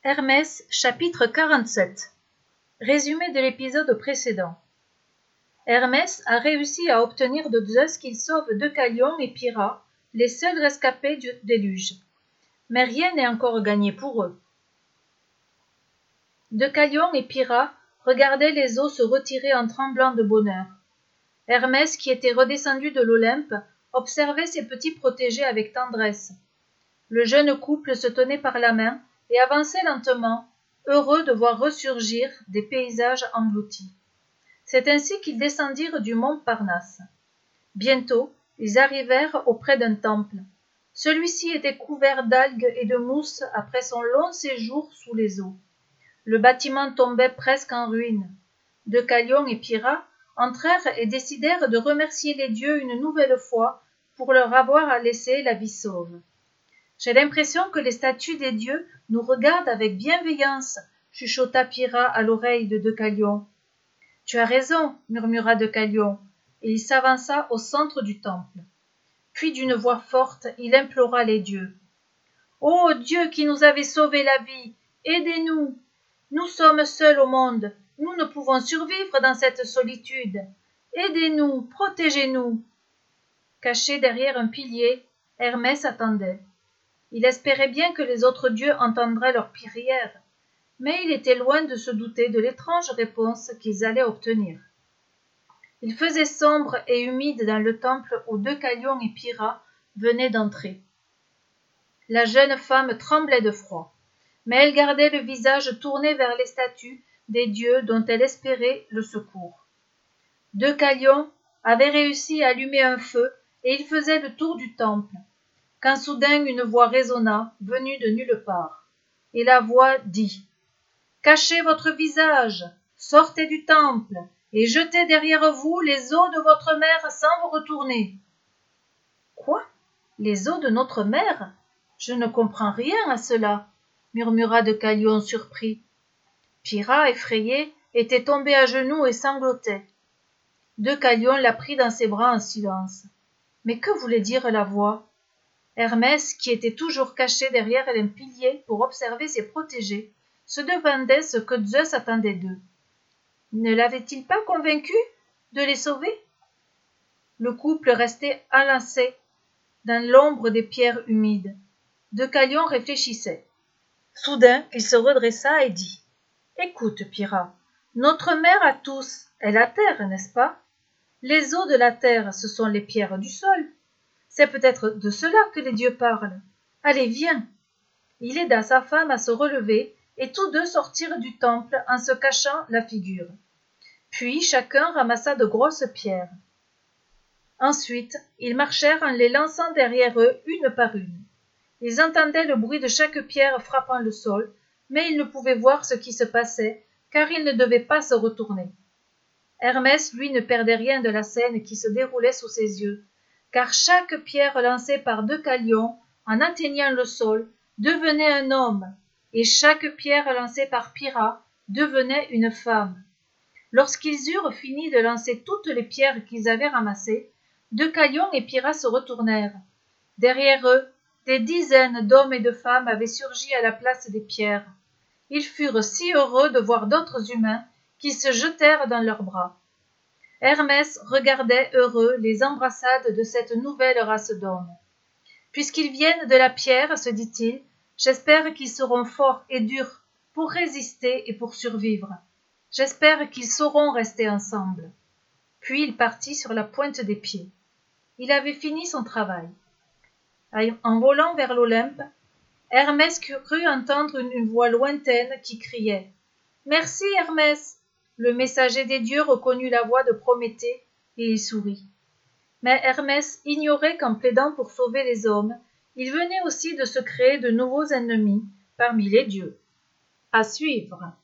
Hermès, chapitre 47. Résumé de l'épisode précédent. Hermès a réussi à obtenir de Zeus qu'il sauve Deucalion et Pyrrha, les seuls rescapés du déluge. Mais rien n'est encore gagné pour eux. Deucalion et Pyrrha regardaient les eaux se retirer en tremblant de bonheur. Hermès, qui était redescendu de l'Olympe, observait ses petits protégés avec tendresse. Le jeune couple se tenait par la main et avançait lentement, heureux de voir ressurgir des paysages engloutis. C'est ainsi qu'ils descendirent du mont Parnasse. Bientôt, ils arrivèrent auprès d'un temple. Celui-ci était couvert d'algues et de mousse après son long séjour sous les eaux. Le bâtiment tombait presque en ruine. Deucalion et Pyrrha entrèrent et décidèrent de remercier les dieux une nouvelle fois pour leur avoir laissé la vie sauve. J'ai l'impression que les statues des dieux nous regardent avec bienveillance, chuchota Pyrrha à l'oreille de Deucalion. Tu as raison, murmura Deucalion, et il s'avança au centre du temple. Puis d'une voix forte, il implora les dieux. Ô Dieu qui nous avez sauvé la vie, aidez-nous. Nous sommes seuls au monde, nous ne pouvons survivre dans cette solitude. Aidez-nous, protégez-nous. Caché derrière un pilier, Hermès attendait. Il espérait bien que les autres dieux entendraient leurs prières, mais il était loin de se douter de l'étrange réponse qu'ils allaient obtenir. Il faisait sombre et humide dans le temple où Deucalion et Pyrrha venaient d'entrer. La jeune femme tremblait de froid, mais elle gardait le visage tourné vers les statues des dieux dont elle espérait le secours. Deucalion avait réussi à allumer un feu et il faisait le tour du temple, quand soudain une voix résonna, venue de nulle part. Et la voix dit « Cachez votre visage, sortez du temple, et jetez derrière vous les eaux de votre mère sans vous retourner. » Quoi? Les eaux de notre mère? Je ne comprends rien à cela, murmura Deucalion surpris. Pyrrha, effrayé, était tombé à genoux et sanglotait. Deucalion la prit dans ses bras en silence. Mais que voulait dire la voix? Hermès, qui était toujours caché derrière un pilier pour observer ses protégés, se demandait ce que Zeus attendait d'eux. Ne l'avait-il pas convaincu de les sauver? Le couple restait enlacé dans l'ombre des pierres humides. Deucalion réfléchissait. Soudain, il se redressa et dit « Écoute, Pyrrha, notre mère à tous est la terre, n'est-ce pas? Les eaux de la terre, ce sont les pierres du sol. C'est peut-être de cela que les dieux parlent. Allez, viens. » Il aida sa femme à se relever et tous deux sortirent du temple en se cachant la figure. Puis chacun ramassa de grosses pierres. Ensuite, ils marchèrent en les lançant derrière eux une par une. Ils entendaient le bruit de chaque pierre frappant le sol, mais ils ne pouvaient voir ce qui se passait, car ils ne devaient pas se retourner. Hermès, lui, ne perdait rien de la scène qui se déroulait sous ses yeux, car chaque pierre lancée par Deucalion, en atteignant le sol, devenait un homme, et chaque pierre lancée par Pyrrha devenait une femme. Lorsqu'ils eurent fini de lancer toutes les pierres qu'ils avaient ramassées, Deucalion et Pyrrha se retournèrent. Derrière eux, des dizaines d'hommes et de femmes avaient surgi à la place des pierres. Ils furent si heureux de voir d'autres humains qu'ils se jetèrent dans leurs bras. Hermès regardait heureux les embrassades de cette nouvelle race d'hommes. Puisqu'ils viennent de la pierre, se dit-il, j'espère qu'ils seront forts et durs pour résister et pour survivre. J'espère qu'ils sauront rester ensemble. Puis il partit sur la pointe des pieds. Il avait fini son travail. En volant vers l'Olympe, Hermès crut entendre une voix lointaine qui criait « Merci, Hermès !» Le messager des dieux reconnut la voix de Prométhée et il sourit. Mais Hermès ignorait qu'en plaidant pour sauver les hommes, il venait aussi de se créer de nouveaux ennemis parmi les dieux. À suivre.